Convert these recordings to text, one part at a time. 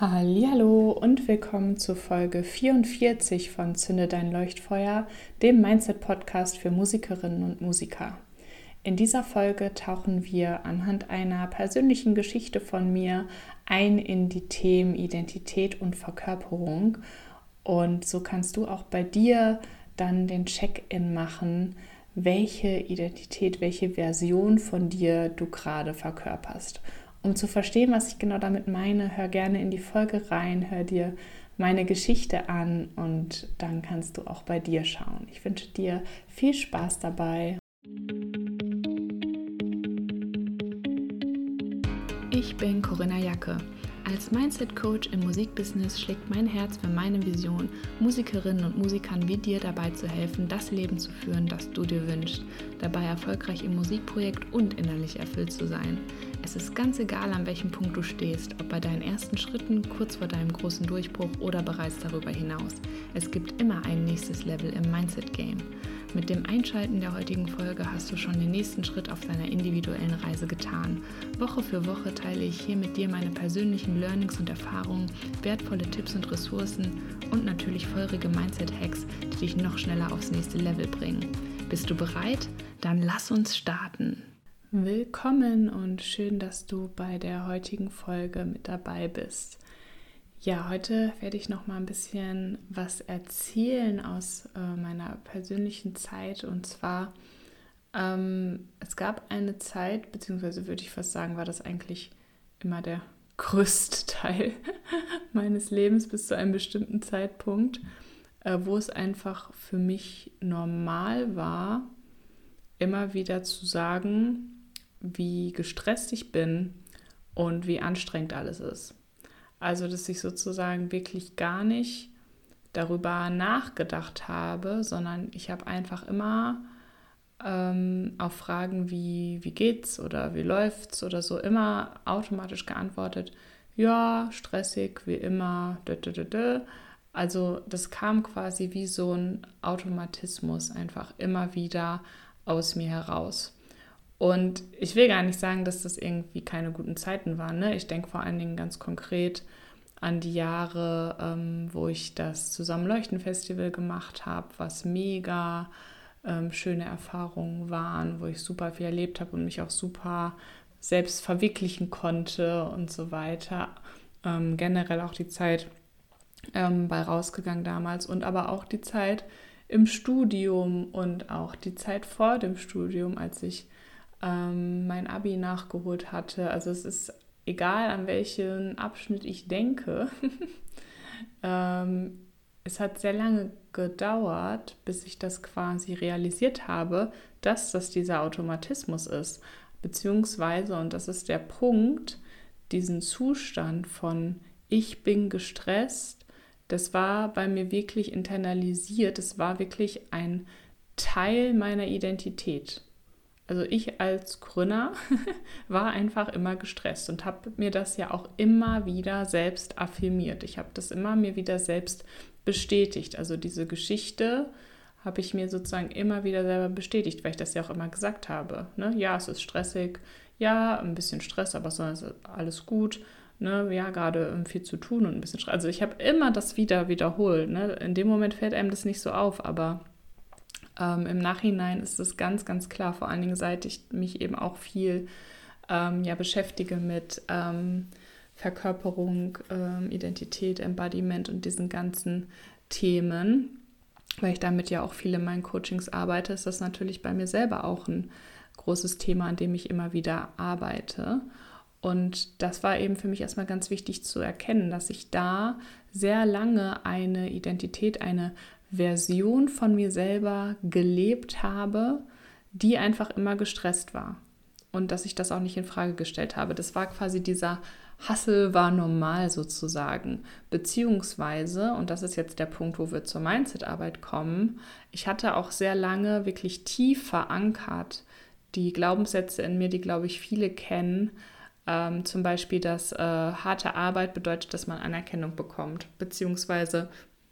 Hallihallo und willkommen zu Folge 44 von Zünde dein Leuchtfeuer, dem Mindset-Podcast für Musikerinnen und Musiker. In dieser Folge tauchen wir anhand einer persönlichen Geschichte von mir ein in die Themen Identität und Verkörperung. Und so kannst du auch bei dir dann den Check-in machen, welche Identität, welche Version von dir du gerade verkörperst. Um zu verstehen, was ich genau damit meine, hör gerne in die Folge rein, hör dir meine Geschichte an und dann kannst du auch bei dir schauen. Ich wünsche dir viel Spaß dabei. Ich bin Corinna Jacke. Als Mindset-Coach im Musikbusiness schlägt mein Herz für meine Vision, Musikerinnen und Musikern wie dir dabei zu helfen, das Leben zu führen, das du dir wünschst, dabei erfolgreich im Musikprojekt und innerlich erfüllt zu sein. Es ist ganz egal, an welchem Punkt du stehst, ob bei deinen ersten Schritten, kurz vor deinem großen Durchbruch oder bereits darüber hinaus. Es gibt immer ein nächstes Level im Mindset-Game. Mit dem Einschalten der heutigen Folge hast du schon den nächsten Schritt auf deiner individuellen Reise getan. Woche für Woche teile ich hier mit dir meine persönlichen Learnings und Erfahrungen, wertvolle Tipps und Ressourcen und natürlich feurige Mindset-Hacks, die dich noch schneller aufs nächste Level bringen. Bist du bereit? Dann lass uns starten! Willkommen und schön, dass du bei der heutigen Folge mit dabei bist. Ja, heute werde ich noch mal ein bisschen was erzählen aus meiner persönlichen Zeit. Und zwar, es gab eine Zeit, beziehungsweise würde ich fast sagen, war das eigentlich immer der größte Teil meines Lebens bis zu einem bestimmten Zeitpunkt, wo es einfach für mich normal war, immer wieder zu sagen, wie gestresst ich bin und wie anstrengend alles ist. Also, dass ich sozusagen wirklich gar nicht darüber nachgedacht habe, sondern ich habe einfach immer auf Fragen wie geht's oder wie läuft's oder so immer automatisch geantwortet, ja, stressig, wie immer, Also das kam quasi wie so ein Automatismus einfach immer wieder aus mir heraus. Und ich will gar nicht sagen, dass das irgendwie keine guten Zeiten waren. Ne? Ich denke vor allen Dingen ganz konkret an die Jahre, wo ich das Zusammenleuchten-Festival gemacht habe, was mega schöne Erfahrungen waren, wo ich super viel erlebt habe und mich auch super selbst verwirklichen konnte und so weiter. Generell auch die Zeit bei Rausgegangen damals und aber auch die Zeit im Studium und auch die Zeit vor dem Studium, als ich mein Abi nachgeholt hatte. Also es ist egal, an welchen Abschnitt ich denke. Es hat sehr lange gedauert, bis ich das quasi realisiert habe, dass das dieser Automatismus ist. Beziehungsweise, und das ist der Punkt, diesen Zustand von ich bin gestresst, das war bei mir wirklich internalisiert. Das war wirklich ein Teil meiner Identität. Also ich als Gründer war einfach immer gestresst und habe mir das ja auch immer wieder selbst affirmiert. Ich habe das immer mir wieder selbst bestätigt. Also diese Geschichte habe ich mir sozusagen immer wieder selber bestätigt, weil ich das ja auch immer gesagt habe. Ne? Ja, es ist stressig, ja, ein bisschen Stress, aber sonst ist alles gut. Ne? Ja, gerade viel zu tun und ein bisschen Stress. Also ich habe immer das wiederholt. Ne? In dem Moment fällt einem das nicht so auf, aber im Nachhinein ist es ganz, ganz klar, vor allen Dingen seit ich mich eben auch viel beschäftige mit Verkörperung, Identität, Embodiment und diesen ganzen Themen, weil ich damit ja auch viel in meinen Coachings arbeite, ist das natürlich bei mir selber auch ein großes Thema, an dem ich immer wieder arbeite. Und das war eben für mich erstmal ganz wichtig zu erkennen, dass ich da sehr lange eine Identität, eine Version von mir selber gelebt habe, die einfach immer gestresst war. Und dass ich das auch nicht in Frage gestellt habe. Das war quasi dieser Hustle war normal sozusagen. Beziehungsweise, und das ist jetzt der Punkt, wo wir zur Mindset-Arbeit kommen, ich hatte auch sehr lange wirklich tief verankert die Glaubenssätze in mir, die, glaube ich, viele kennen. Zum Beispiel, dass harte Arbeit bedeutet, dass man Anerkennung bekommt. Beziehungsweise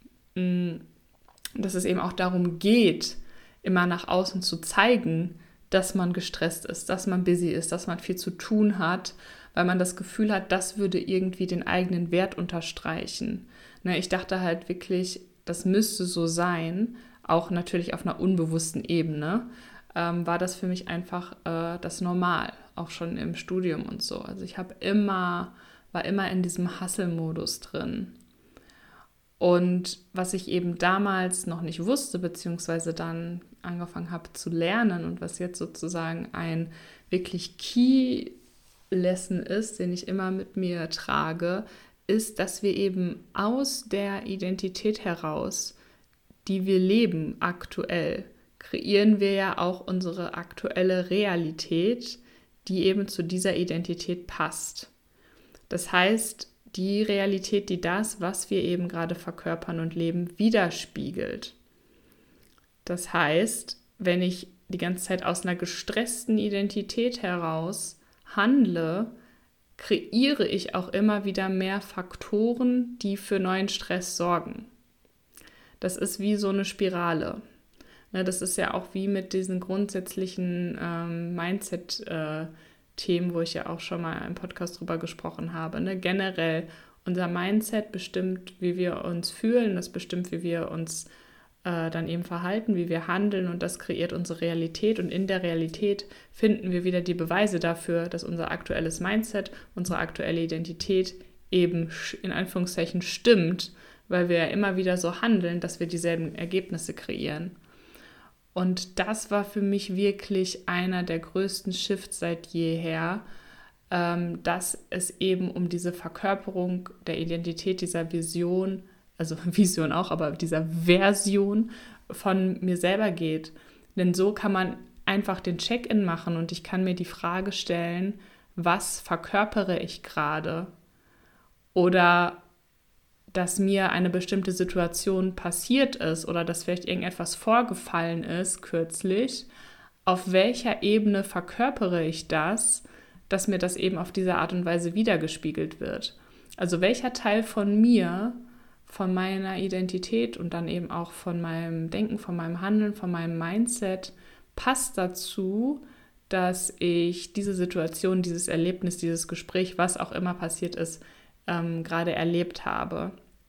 dass es eben auch darum geht, immer nach außen zu zeigen, dass man gestresst ist, dass man busy ist, dass man viel zu tun hat, weil man das Gefühl hat, das würde irgendwie den eigenen Wert unterstreichen. Ne, ich dachte halt wirklich, das müsste so sein, auch natürlich auf einer unbewussten Ebene, war das für mich einfach das Normal, auch schon im Studium und so. Also ich war immer in diesem Hustle-Modus drin. Und was ich eben damals noch nicht wusste, beziehungsweise dann angefangen habe zu lernen und was jetzt sozusagen ein wirklich Key-Lesson ist, den ich immer mit mir trage, ist, dass wir eben aus der Identität heraus, die wir leben aktuell, kreieren wir ja auch unsere aktuelle Realität, die eben zu dieser Identität passt. Das heißt, die Realität, die das, was wir eben gerade verkörpern und leben, widerspiegelt. Das heißt, wenn ich die ganze Zeit aus einer gestressten Identität heraus handle, kreiere ich auch immer wieder mehr Faktoren, die für neuen Stress sorgen. Das ist wie so eine Spirale. Das ist ja auch wie mit diesen grundsätzlichen Mindset-Themen, wo ich ja auch schon mal im Podcast drüber gesprochen habe. Generell, unser Mindset bestimmt, wie wir uns fühlen, das bestimmt, wie wir uns dann eben verhalten, wie wir handeln, und das kreiert unsere Realität, und in der Realität finden wir wieder die Beweise dafür, dass unser aktuelles Mindset, unsere aktuelle Identität eben in Anführungszeichen stimmt, weil wir ja immer wieder so handeln, dass wir dieselben Ergebnisse kreieren. Und das war für mich wirklich einer der größten Shifts seit jeher, dass es eben um diese Verkörperung der Identität, dieser Vision, also Vision auch, aber dieser Version von mir selber geht. Denn so kann man einfach den Check-in machen und ich kann mir die Frage stellen, was verkörpere ich gerade? Oder dass mir eine bestimmte Situation passiert ist oder dass vielleicht irgendetwas vorgefallen ist kürzlich, auf welcher Ebene verkörpere ich das, dass mir das eben auf diese Art und Weise wiedergespiegelt wird. Also welcher Teil von mir, von meiner Identität und dann eben auch von meinem Denken, von meinem Handeln, von meinem Mindset passt dazu, dass ich diese Situation, dieses Erlebnis, dieses Gespräch, was auch immer passiert ist, gerade erlebt habe.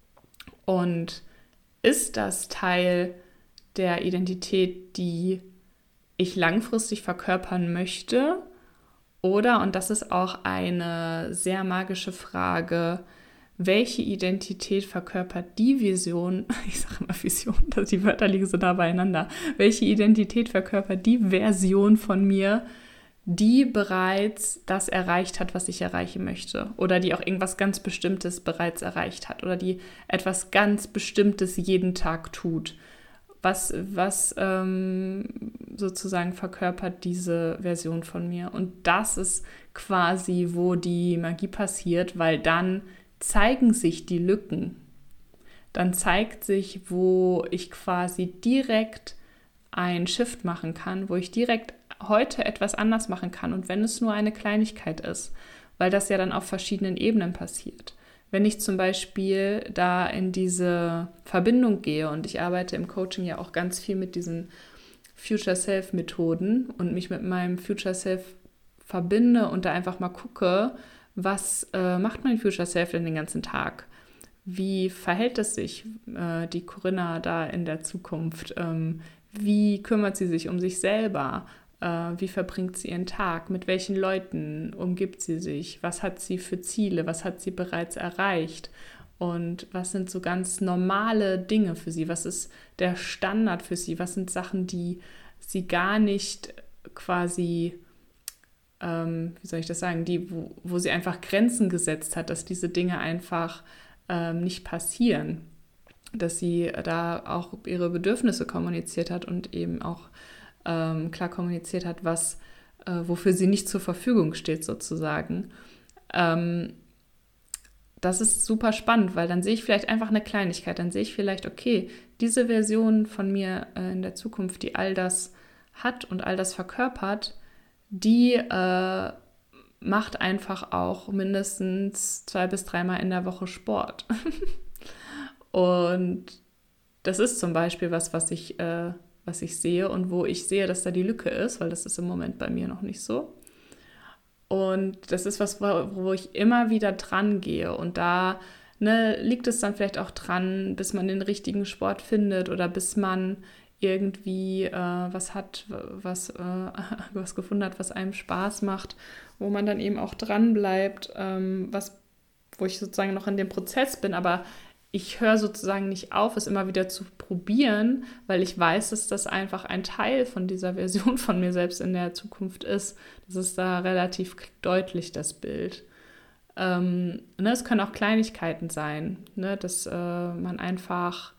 Und ist das Teil der Identität, die ich langfristig verkörpern möchte? Oder, und das ist auch eine sehr magische Frage, welche Identität verkörpert die Vision, ich sage immer Vision, dass die Wörter liegen so nah beieinander, welche Identität verkörpert die Version von mir, die bereits das erreicht hat, was ich erreichen möchte, oder die auch irgendwas ganz Bestimmtes bereits erreicht hat oder die etwas ganz Bestimmtes jeden Tag tut. Was sozusagen verkörpert diese Version von mir? Und das ist quasi, wo die Magie passiert, weil dann zeigen sich die Lücken. Dann zeigt sich, wo ich quasi direkt einen Shift machen kann, wo ich direkt heute etwas anders machen kann, und wenn es nur eine Kleinigkeit ist, weil das ja dann auf verschiedenen Ebenen passiert. Wenn ich zum Beispiel da in diese Verbindung gehe, und ich arbeite im Coaching ja auch ganz viel mit diesen Future Self Methoden und mich mit meinem Future Self verbinde und da einfach mal gucke, was macht mein Future Self denn den ganzen Tag? Wie verhält es sich, die Corinna da in der Zukunft? Wie kümmert sie sich um sich selber? Wie verbringt sie ihren Tag? Mit welchen Leuten umgibt sie sich? Was hat sie für Ziele? Was hat sie bereits erreicht? Und was sind so ganz normale Dinge für sie? Was ist der Standard für sie? Was sind Sachen, die sie gar nicht quasi, wie soll ich das sagen, wo sie einfach Grenzen gesetzt hat, dass diese Dinge einfach nicht passieren? Dass sie da auch ihre Bedürfnisse kommuniziert hat und eben auch klar kommuniziert hat, wofür sie nicht zur Verfügung steht sozusagen. Das ist super spannend, weil dann sehe ich vielleicht einfach eine Kleinigkeit, dann sehe ich vielleicht, okay, diese Version von mir in der Zukunft, die all das hat und all das verkörpert, die macht einfach auch mindestens 2 bis 3 Mal in der Woche Sport. Und das ist zum Beispiel was ich sehe und wo ich sehe, dass da die Lücke ist, weil das ist im Moment bei mir noch nicht so. Und das ist was, wo ich immer wieder dran gehe. Und da liegt es dann vielleicht auch dran, bis man den richtigen Sport findet oder bis man irgendwie was hat, was gefunden hat, was einem Spaß macht, wo man dann eben auch dran bleibt, wo ich sozusagen noch in dem Prozess bin, aber ich höre sozusagen nicht auf, es immer wieder zu probieren, weil ich weiß, dass das einfach ein Teil von dieser Version von mir selbst in der Zukunft ist. Das ist da relativ deutlich, das Bild. Es können auch Kleinigkeiten sein, dass man einfach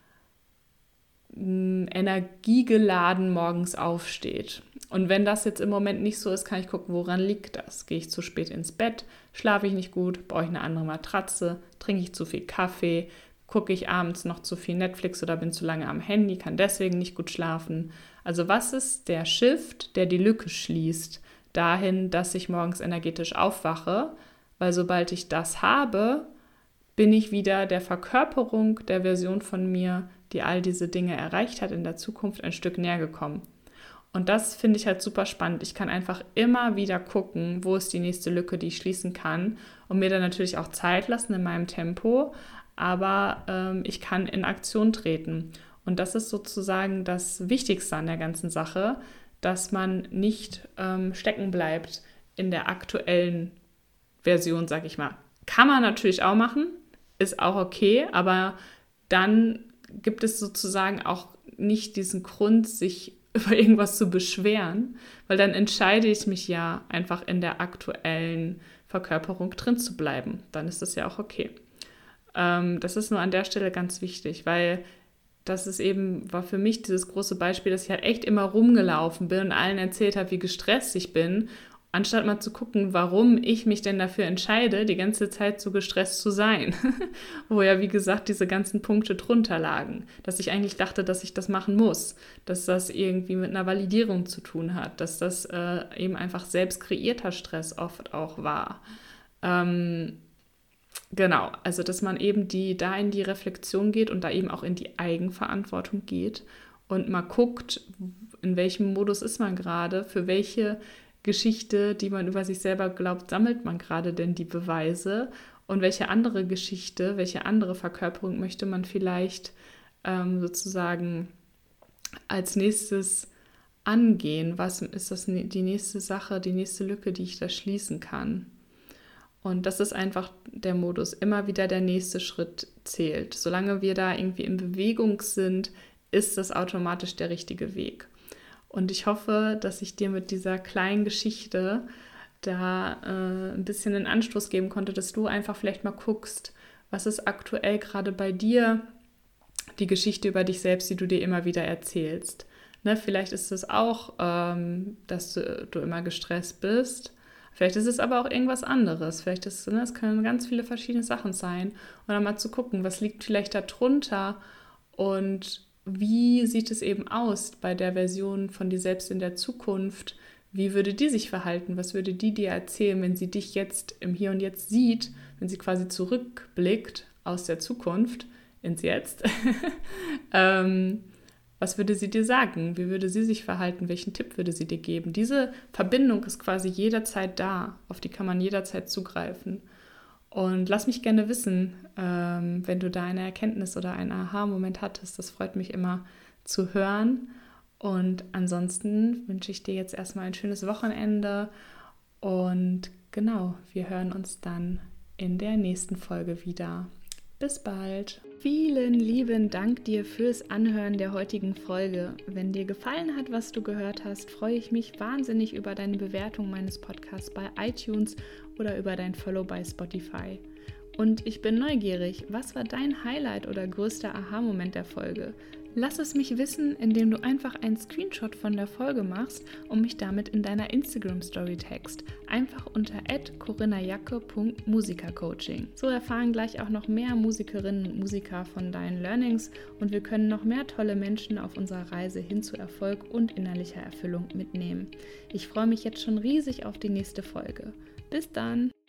energiegeladen morgens aufsteht. Und wenn das jetzt im Moment nicht so ist, kann ich gucken, woran liegt das? Gehe ich zu spät ins Bett? Schlafe ich nicht gut? Brauche ich eine andere Matratze? Trinke ich zu viel Kaffee? Gucke ich abends noch zu viel Netflix oder bin zu lange am Handy? Kann deswegen nicht gut schlafen? Also was ist der Shift, der die Lücke schließt dahin, dass ich morgens energetisch aufwache? Weil sobald ich das habe, bin ich wieder der Verkörperung der Version von mir, die all diese Dinge erreicht hat in der Zukunft, ein Stück näher gekommen. Und das finde ich halt super spannend. Ich kann einfach immer wieder gucken, wo ist die nächste Lücke, die ich schließen kann und mir dann natürlich auch Zeit lassen in meinem Tempo, aber ich kann in Aktion treten. Und das ist sozusagen das Wichtigste an der ganzen Sache, dass man nicht stecken bleibt in der aktuellen Version, sag ich mal. Kann man natürlich auch machen, ist auch okay, aber dann gibt es sozusagen auch nicht diesen Grund, sich über irgendwas zu beschweren, weil dann entscheide ich mich ja einfach in der aktuellen Verkörperung drin zu bleiben. Dann ist das ja auch okay. Das ist nur an der Stelle ganz wichtig, weil das ist eben, war für mich dieses große Beispiel, dass ich halt echt immer rumgelaufen bin und allen erzählt habe, wie gestresst ich bin, anstatt mal zu gucken, warum ich mich denn dafür entscheide, die ganze Zeit so gestresst zu sein. Wo ja, wie gesagt, diese ganzen Punkte drunter lagen. Dass ich eigentlich dachte, dass ich das machen muss. Dass das irgendwie mit einer Validierung zu tun hat. Dass das eben einfach selbst kreierter Stress oft auch war. Genau, also dass man eben da in die Reflexion geht und da eben auch in die Eigenverantwortung geht und mal guckt, in welchem Modus ist man gerade, für welche Geschichte, die man über sich selber glaubt, sammelt man gerade denn die Beweise und welche andere Geschichte, welche andere Verkörperung möchte man vielleicht sozusagen als nächstes angehen? Was ist das die nächste Sache, die nächste Lücke, die ich da schließen kann? Und das ist einfach der Modus, immer wieder der nächste Schritt zählt. Solange wir da irgendwie in Bewegung sind, ist das automatisch der richtige Weg. Und ich hoffe, dass ich dir mit dieser kleinen Geschichte da ein bisschen einen Anstoß geben konnte, dass du einfach vielleicht mal guckst, was ist aktuell gerade bei dir, die Geschichte über dich selbst, die du dir immer wieder erzählst. Vielleicht ist es auch, dass du immer gestresst bist. Vielleicht ist es aber auch irgendwas anderes. Vielleicht es können ganz viele verschiedene Sachen sein. Und dann mal zu gucken, was liegt vielleicht darunter und wie sieht es eben aus bei der Version von dir selbst in der Zukunft? Wie würde die sich verhalten? Was würde die dir erzählen, wenn sie dich jetzt im Hier und Jetzt sieht, wenn sie quasi zurückblickt aus der Zukunft ins Jetzt? Was würde sie dir sagen? Wie würde sie sich verhalten? Welchen Tipp würde sie dir geben? Diese Verbindung ist quasi jederzeit da, auf die kann man jederzeit zugreifen. Und lass mich gerne wissen, wenn du da eine Erkenntnis oder einen Aha-Moment hattest. Das freut mich immer zu hören. Und ansonsten wünsche ich dir jetzt erstmal ein schönes Wochenende. Und genau, wir hören uns dann in der nächsten Folge wieder. Bis bald. Vielen lieben Dank dir fürs Anhören der heutigen Folge. Wenn dir gefallen hat, was du gehört hast, freue ich mich wahnsinnig über deine Bewertung meines Podcasts bei iTunes oder über dein Follow bei Spotify. Und ich bin neugierig, was war dein Highlight oder größter Aha-Moment der Folge? Lass es mich wissen, indem du einfach einen Screenshot von der Folge machst und mich damit in deiner Instagram-Story tagst. Einfach unter @corinnajacke.musikercoaching. So erfahren gleich auch noch mehr Musikerinnen und Musiker von deinen Learnings und wir können noch mehr tolle Menschen auf unserer Reise hin zu Erfolg und innerlicher Erfüllung mitnehmen. Ich freue mich jetzt schon riesig auf die nächste Folge. Bis dann!